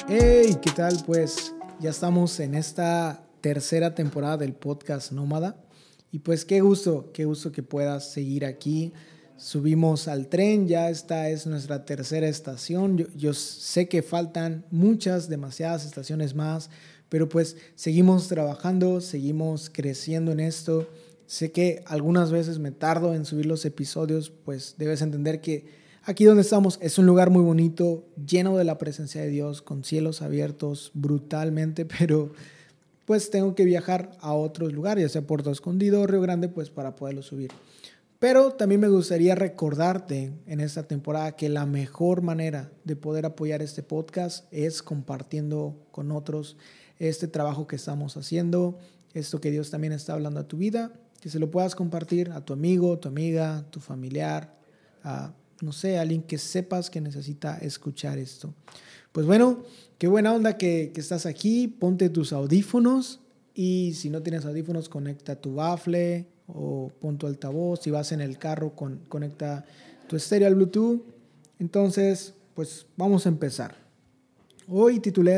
Hey, ¿qué tal? Pues ya estamos en esta tercera temporada del podcast Nómada y pues qué gusto que puedas seguir aquí. Subimos al tren, ya esta es nuestra tercera estación. Yo sé que faltan demasiadas estaciones más, pero pues seguimos trabajando, seguimos creciendo en esto. Sé que algunas veces me tardo en subir los episodios, pues debes entender que aquí donde estamos es un lugar muy bonito, lleno de la presencia de Dios, con cielos abiertos brutalmente, pero pues tengo que viajar a otros lugares, ya sea Puerto Escondido o Río Grande, pues para poderlo subir. Pero también me gustaría recordarte en esta temporada que la mejor manera de poder apoyar este podcast es compartiendo con otros este trabajo que estamos haciendo, esto que Dios también está hablando a tu vida, que se lo puedas compartir a tu amigo, tu amiga, tu familiar, a no sé, alguien que sepas que necesita escuchar esto. Pues bueno, qué buena onda que estás aquí. Ponte tus audífonos y si no tienes audífonos, conecta tu bafle o pon tu altavoz. Si vas en el carro, conecta tu estéreo al Bluetooth. Entonces, pues vamos a empezar. Hoy titulé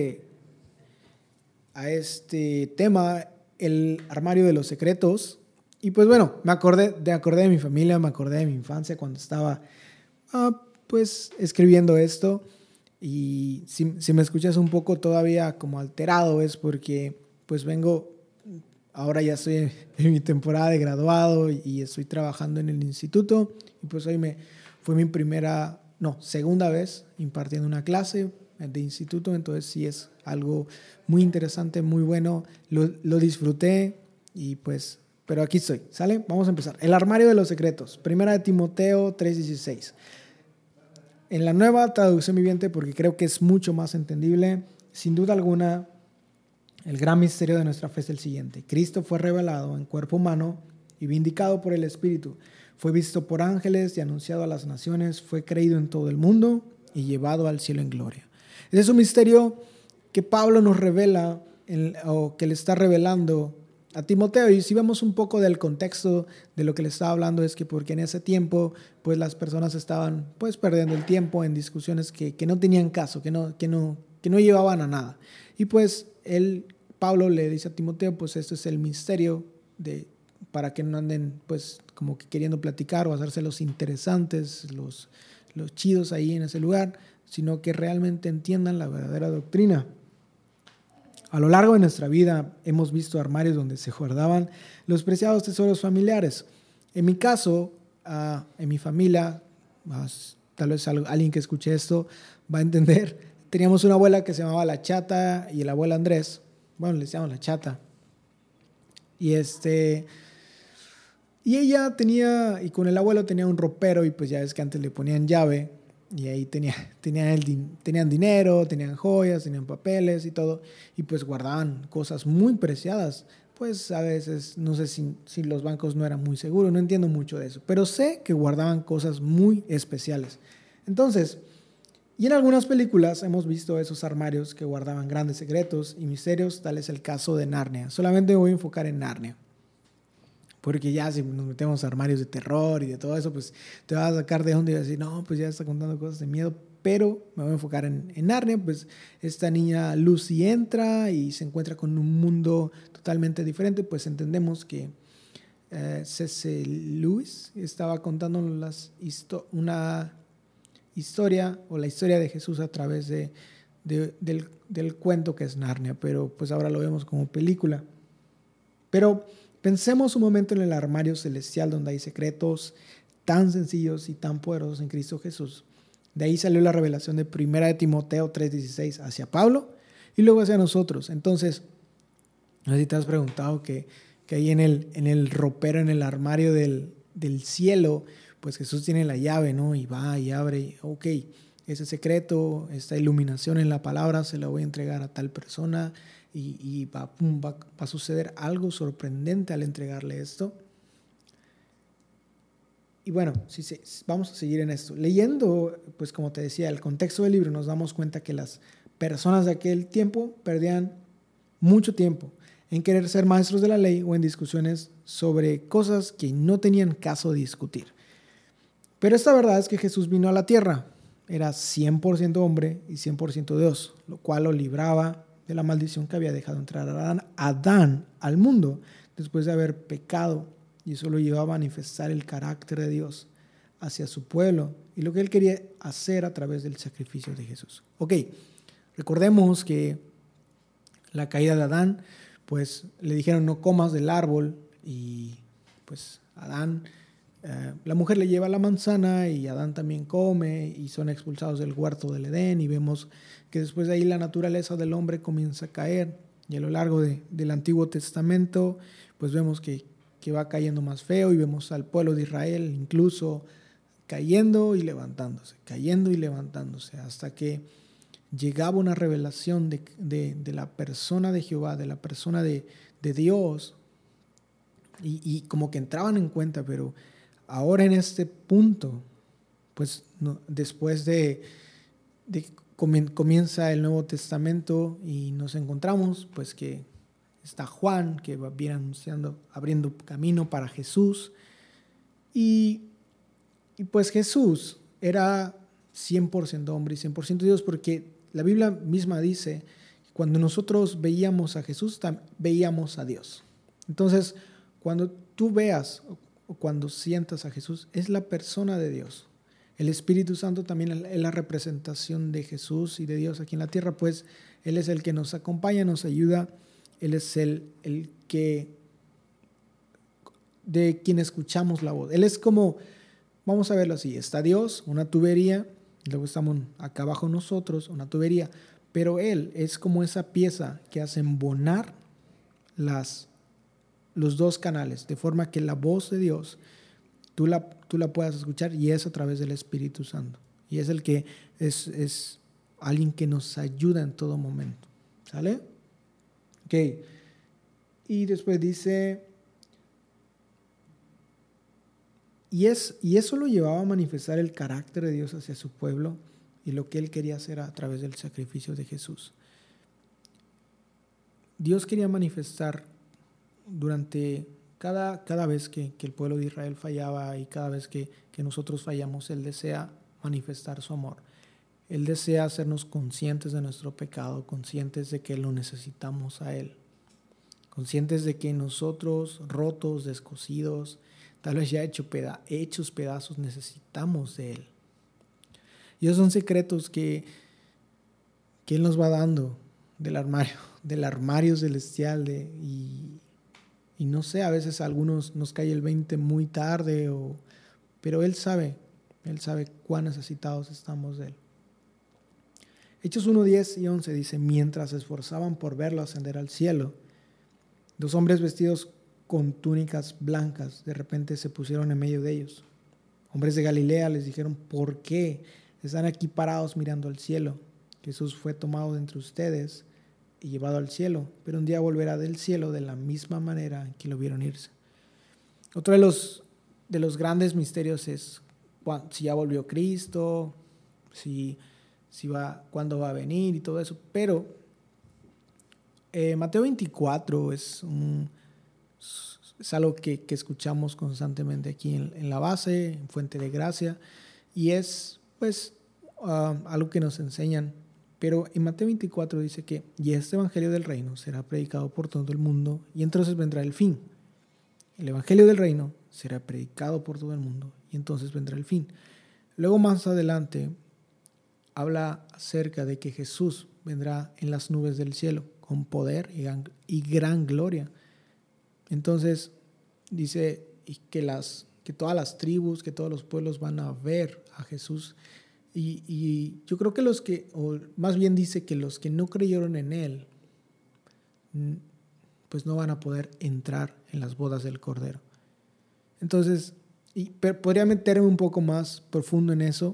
a este tema el armario de los secretos. Y pues bueno, me acordé de mi familia, me acordé de mi infancia cuando estaba pues escribiendo esto. Y si me escuchas un poco todavía como alterado es porque pues ahora ya estoy en mi temporada de graduado y estoy trabajando en el instituto. Y pues hoy fue mi segunda vez impartiendo una clase de instituto. Entonces sí es algo muy interesante, muy bueno. Lo disfruté y pues... Pero aquí estoy, ¿sale? Vamos a empezar. El armario de los secretos. Primera de Timoteo 3:16. En la nueva traducción viviente, porque creo que es mucho más entendible, sin duda alguna, el gran misterio de nuestra fe es el siguiente. Cristo fue revelado en cuerpo humano y vindicado por el Espíritu. Fue visto por ángeles y anunciado a las naciones. Fue creído en todo el mundo y llevado al cielo en gloria. Ese es un misterio que Pablo nos revela o que le está revelando a Timoteo. Y si vemos un poco del contexto de lo que le estaba hablando, es que porque en ese tiempo pues las personas estaban pues perdiendo el tiempo en discusiones que no tenían caso, que no llevaban a nada. Y pues Pablo le dice a Timoteo, pues esto es el misterio para que no anden pues como que queriendo platicar o hacerse los interesantes, los chidos ahí en ese lugar, sino que realmente entiendan la verdadera doctrina. A lo largo de nuestra vida hemos visto armarios donde se guardaban los preciados tesoros familiares. En mi caso, en mi familia, tal vez alguien que escuche esto va a entender, teníamos una abuela que se llamaba La Chata y el abuelo Andrés. Bueno, le decíamos La Chata. Y ella tenía, y con el abuelo tenía un ropero y pues ya es que antes le ponían llave. Y ahí tenían dinero, tenían joyas, tenían papeles y todo. Y pues guardaban cosas muy preciadas. Pues a veces, no sé si los bancos no eran muy seguros, no entiendo mucho de eso. Pero sé que guardaban cosas muy especiales. Entonces, y en algunas películas hemos visto esos armarios que guardaban grandes secretos y misterios. Tal es el caso de Narnia. Solamente me voy a enfocar en Narnia. Porque ya si nos metemos a armarios de terror y de todo eso, pues te vas a sacar de onda y vas a decir, no, pues ya está contando cosas de miedo. Pero me voy a enfocar en Narnia, pues esta niña Lucy entra y se encuentra con un mundo totalmente diferente. Pues entendemos que C.S. Lewis estaba contando una historia o la historia de Jesús a través del cuento que es Narnia. Pero pues ahora lo vemos como película. Pero pensemos un momento en el armario celestial donde hay secretos tan sencillos y tan poderosos en Cristo Jesús. De ahí salió la revelación de 1 de Timoteo 3:16 hacia Pablo y luego hacia nosotros. Entonces, no sé si te has preguntado que ahí en el ropero, en el armario del cielo, pues Jesús tiene la llave, ¿no? Y va y abre, ok, ese secreto, esta iluminación en la palabra se la voy a entregar a tal persona. Y va a suceder algo sorprendente al entregarle esto. Y bueno, vamos a seguir en esto. Leyendo, pues como te decía, el contexto del libro, nos damos cuenta que las personas de aquel tiempo perdían mucho tiempo en querer ser maestros de la ley o en discusiones sobre cosas que no tenían caso de discutir. Pero esta verdad es que Jesús vino a la tierra. era 100% hombre y 100% Dios, lo cual lo libraba de la maldición que había dejado entrar a Adán al mundo después de haber pecado, y eso lo llevaba a manifestar el carácter de Dios hacia su pueblo y lo que él quería hacer a través del sacrificio de Jesús. Ok, recordemos que la caída de Adán, pues le dijeron no comas del árbol, y pues Adán, la mujer le lleva la manzana y Adán también come y son expulsados del huerto del Edén, y vemos que después de ahí la naturaleza del hombre comienza a caer, y a lo largo del Antiguo Testamento pues vemos que va cayendo más feo, y vemos al pueblo de Israel incluso cayendo y levantándose, hasta que llegaba una revelación de la persona de Jehová, de la persona de Dios, y como que entraban en cuenta. Pero ahora en este punto, pues no, después de comienza el Nuevo Testamento, y nos encontramos pues que está Juan, que viene anunciando, abriendo camino para Jesús, y pues Jesús era 100% hombre y 100% Dios, porque la Biblia misma dice que cuando nosotros veíamos a Jesús, veíamos a Dios. Entonces, cuando tú veas o cuando sientas a Jesús, es la persona de Dios. El Espíritu Santo también es la representación de Jesús y de Dios aquí en la tierra, pues Él es el que nos acompaña, nos ayuda. Él es el que de quien escuchamos la voz. Él es como, vamos a verlo así, está Dios, una tubería, luego estamos acá abajo nosotros, una tubería, pero Él es como esa pieza que hace embonar los dos canales, de forma que la voz de Dios tú la puedas escuchar, y es a través del Espíritu Santo. Y es el que es alguien que nos ayuda en todo momento. ¿Sale? Ok. Y después dice, y eso lo llevaba a manifestar el carácter de Dios hacia su pueblo y lo que Él quería hacer a través del sacrificio de Jesús. Dios quería manifestar durante cada vez que el pueblo de Israel fallaba, y cada vez que nosotros fallamos, Él desea manifestar su amor. Él desea hacernos conscientes de nuestro pecado, conscientes de que lo necesitamos a Él, conscientes de que nosotros, rotos, descosidos, tal vez ya hechos pedazos, necesitamos de Él. Y esos son secretos que Él nos va dando del armario celestial, y no sé, a veces a algunos nos cae el 20 muy tarde, pero Él sabe cuán necesitados estamos de Él. Hechos 1, 10 y 11 dice, mientras se esforzaban por verlo ascender al cielo, 2 hombres vestidos con túnicas blancas de repente se pusieron en medio de ellos. Hombres de Galilea, les dijeron, ¿por qué están aquí parados mirando al cielo? Jesús fue tomado de entre ustedes y llevado al cielo, pero un día volverá del cielo de la misma manera en que lo vieron irse. Otro de los grandes misterios es si ya volvió Cristo, cuándo va a venir y todo eso. Pero Mateo 24 es algo que escuchamos constantemente aquí en la base, en Fuente de Gracia, y es pues algo que nos enseñan. Pero en Mateo 24 dice que y este evangelio del reino será predicado por todo el mundo, y entonces vendrá el fin. El evangelio del reino será predicado por todo el mundo, y entonces vendrá el fin. Luego más adelante habla acerca de que Jesús vendrá en las nubes del cielo con poder y gran gloria. Entonces dice que todas las tribus, que todos los pueblos van a ver a Jesús. Y yo creo que o más bien dice que los que no creyeron en Él, pues no van a poder entrar en las bodas del Cordero. Entonces, podría meterme un poco más profundo en eso,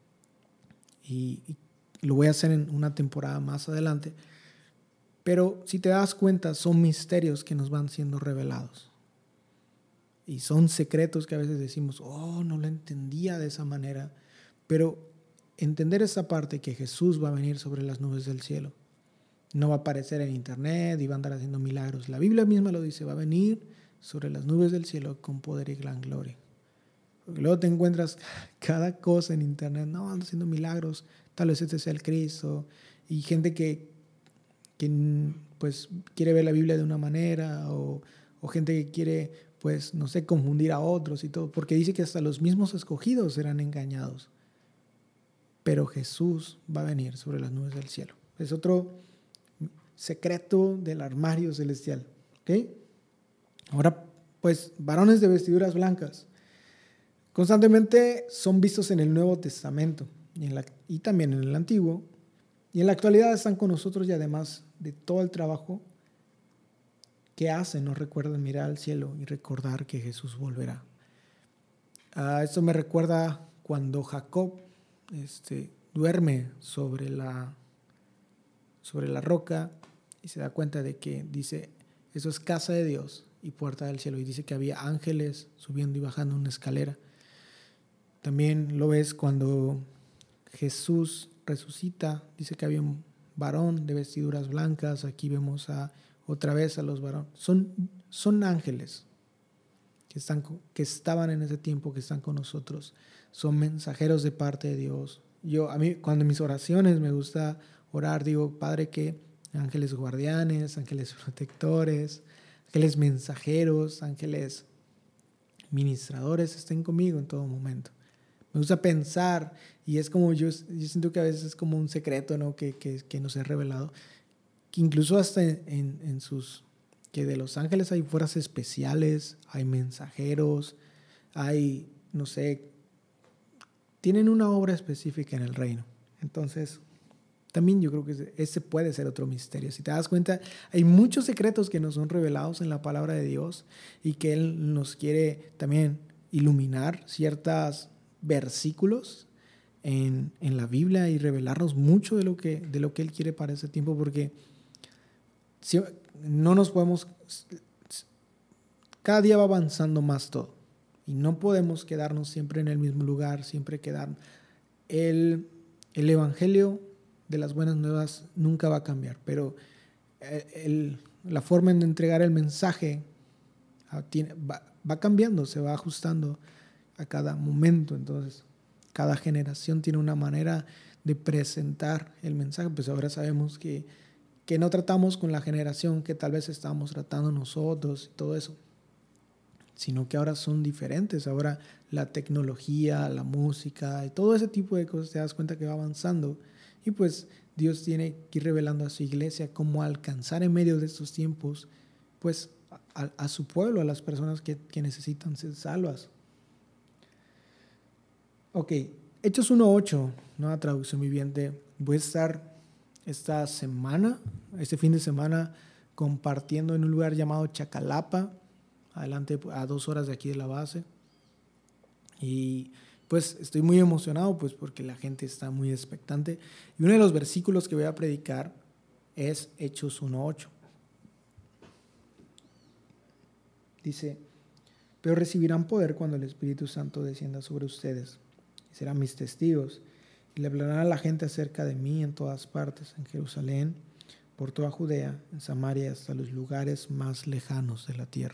y lo voy a hacer en una temporada más adelante. Pero si te das cuenta, son misterios que nos van siendo revelados. Y son secretos que a veces decimos, no lo entendía de esa manera. Pero entender esa parte, que Jesús va a venir sobre las nubes del cielo, no va a aparecer en internet y va a andar haciendo milagros. La Biblia misma lo dice, va a venir sobre las nubes del cielo con poder y gran gloria. Porque luego te encuentras cada cosa en internet, no, ando haciendo milagros, tal vez este sea el Cristo, y gente que pues quiere ver la Biblia de una manera, o gente que quiere, pues, no sé, confundir a otros y todo, porque dice que hasta los mismos escogidos serán engañados. Pero Jesús va a venir sobre las nubes del cielo. Es otro secreto del armario celestial. ¿Ok? Ahora, pues, varones de vestiduras blancas. Constantemente son vistos en el Nuevo Testamento y también en el Antiguo. Y en la actualidad están con nosotros y además de todo el trabajo que hacen, nos recuerdan mirar al cielo y recordar que Jesús volverá. Esto me recuerda cuando Jacob duerme sobre la roca y se da cuenta de que dice, eso es casa de Dios y puerta del cielo. Y dice que había ángeles subiendo y bajando una escalera. También lo ves cuando Jesús resucita, dice que había un varón de vestiduras blancas. Aquí vemos otra vez a los varones. Son ángeles que estaban en ese tiempo, que están con nosotros. Son mensajeros de parte de Dios. A mí, cuando en mis oraciones me gusta orar, digo, Padre, que ángeles guardianes, ángeles protectores, ángeles mensajeros, ángeles ministradores estén conmigo en todo momento. Me gusta pensar, y es como yo siento que a veces es como un secreto, ¿no? que nos he revelado, que incluso hasta que de los ángeles hay fuerzas especiales, hay mensajeros, hay, no sé, tienen una obra específica en el reino. Entonces, también yo creo que ese puede ser otro misterio. Si te das cuenta, hay muchos secretos que nos son revelados en la palabra de Dios y que Él nos quiere también iluminar ciertos versículos en la Biblia y revelarnos mucho de lo que Él quiere para ese tiempo, porque si no nos podemos, cada día va avanzando más todo y no podemos quedarnos siempre en el mismo lugar, siempre quedar. El evangelio de las buenas nuevas nunca va a cambiar, pero la forma en entregar el mensaje va cambiando, se va ajustando a cada momento. Entonces, cada generación tiene una manera de presentar el mensaje. Pues ahora sabemos que no tratamos con la generación que tal vez estábamos tratando nosotros y todo eso, sino que ahora son diferentes. Ahora la tecnología, la música y todo ese tipo de cosas, te das cuenta que va avanzando, y pues Dios tiene que ir revelando a su iglesia cómo alcanzar en medio de estos tiempos pues a su pueblo, a las personas que necesitan ser salvas. Ok, Hechos 1:8, nueva traducción viviente. Voy a estar este fin de semana, compartiendo en un lugar llamado Chacalapa, adelante a 2 horas de aquí de la base. Y pues estoy muy emocionado, pues porque la gente está muy expectante. Y uno de los versículos que voy a predicar es Hechos 1:8. Dice, pero recibirán poder cuando el Espíritu Santo descienda sobre ustedes, y serán mis testigos, y le hablarán a la gente acerca de mí en todas partes, en Jerusalén, por toda Judea, en Samaria y hasta los lugares más lejanos de la tierra.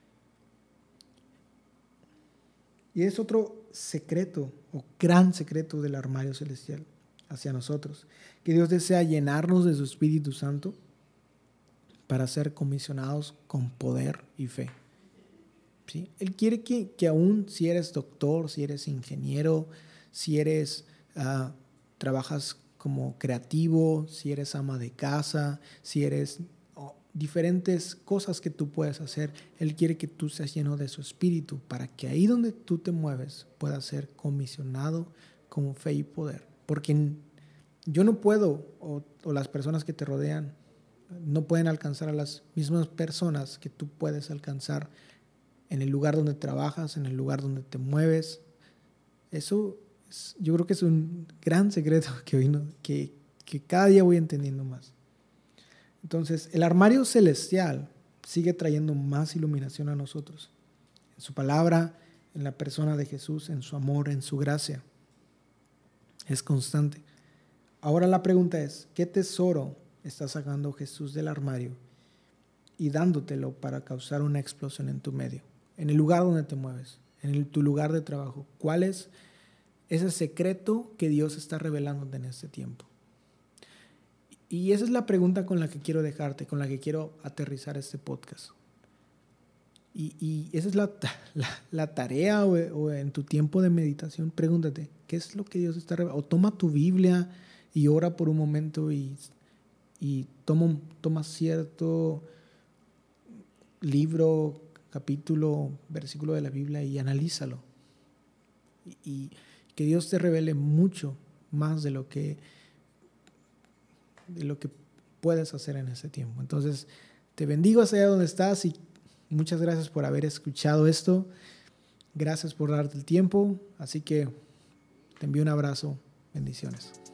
Y es otro secreto o gran secreto del armario celestial hacia nosotros, que Dios desea llenarnos de su Espíritu Santo para ser comisionados con poder y fe. ¿Sí? Él quiere que aún si eres doctor, si eres ingeniero, si eres trabajas como creativo, si eres ama de casa, si eres diferentes cosas que tú puedes hacer, Él quiere que tú seas lleno de su Espíritu para que ahí donde tú te mueves puedas ser comisionado con fe y poder. Porque yo no puedo, o las personas que te rodean no pueden alcanzar a las mismas personas que tú puedes alcanzar en el lugar donde trabajas, en el lugar donde te mueves. Eso yo creo que es un gran secreto que cada día voy entendiendo más. Entonces, el armario celestial sigue trayendo más iluminación a nosotros. En su palabra, en la persona de Jesús, en su amor, en su gracia. Es constante. Ahora la pregunta es, ¿qué tesoro está sacando Jesús del armario y dándotelo para causar una explosión en tu medio? En el lugar donde te mueves, en tu lugar de trabajo? ¿Cuál es ese secreto que Dios está revelándote en este tiempo? Y esa es la pregunta con la que quiero dejarte, con la que quiero aterrizar este podcast. Y esa es la tarea o en tu tiempo de meditación, pregúntate, ¿qué es lo que Dios está revelando? O toma tu Biblia y ora por un momento y toma cierto libro, capítulo, versículo de la Biblia y analízalo. Y que Dios te revele mucho más de lo que puedes hacer en ese tiempo. Entonces, te bendigo hacia allá donde estás y muchas gracias por haber escuchado esto. Gracias por darte el tiempo. Así que te envío un abrazo. Bendiciones.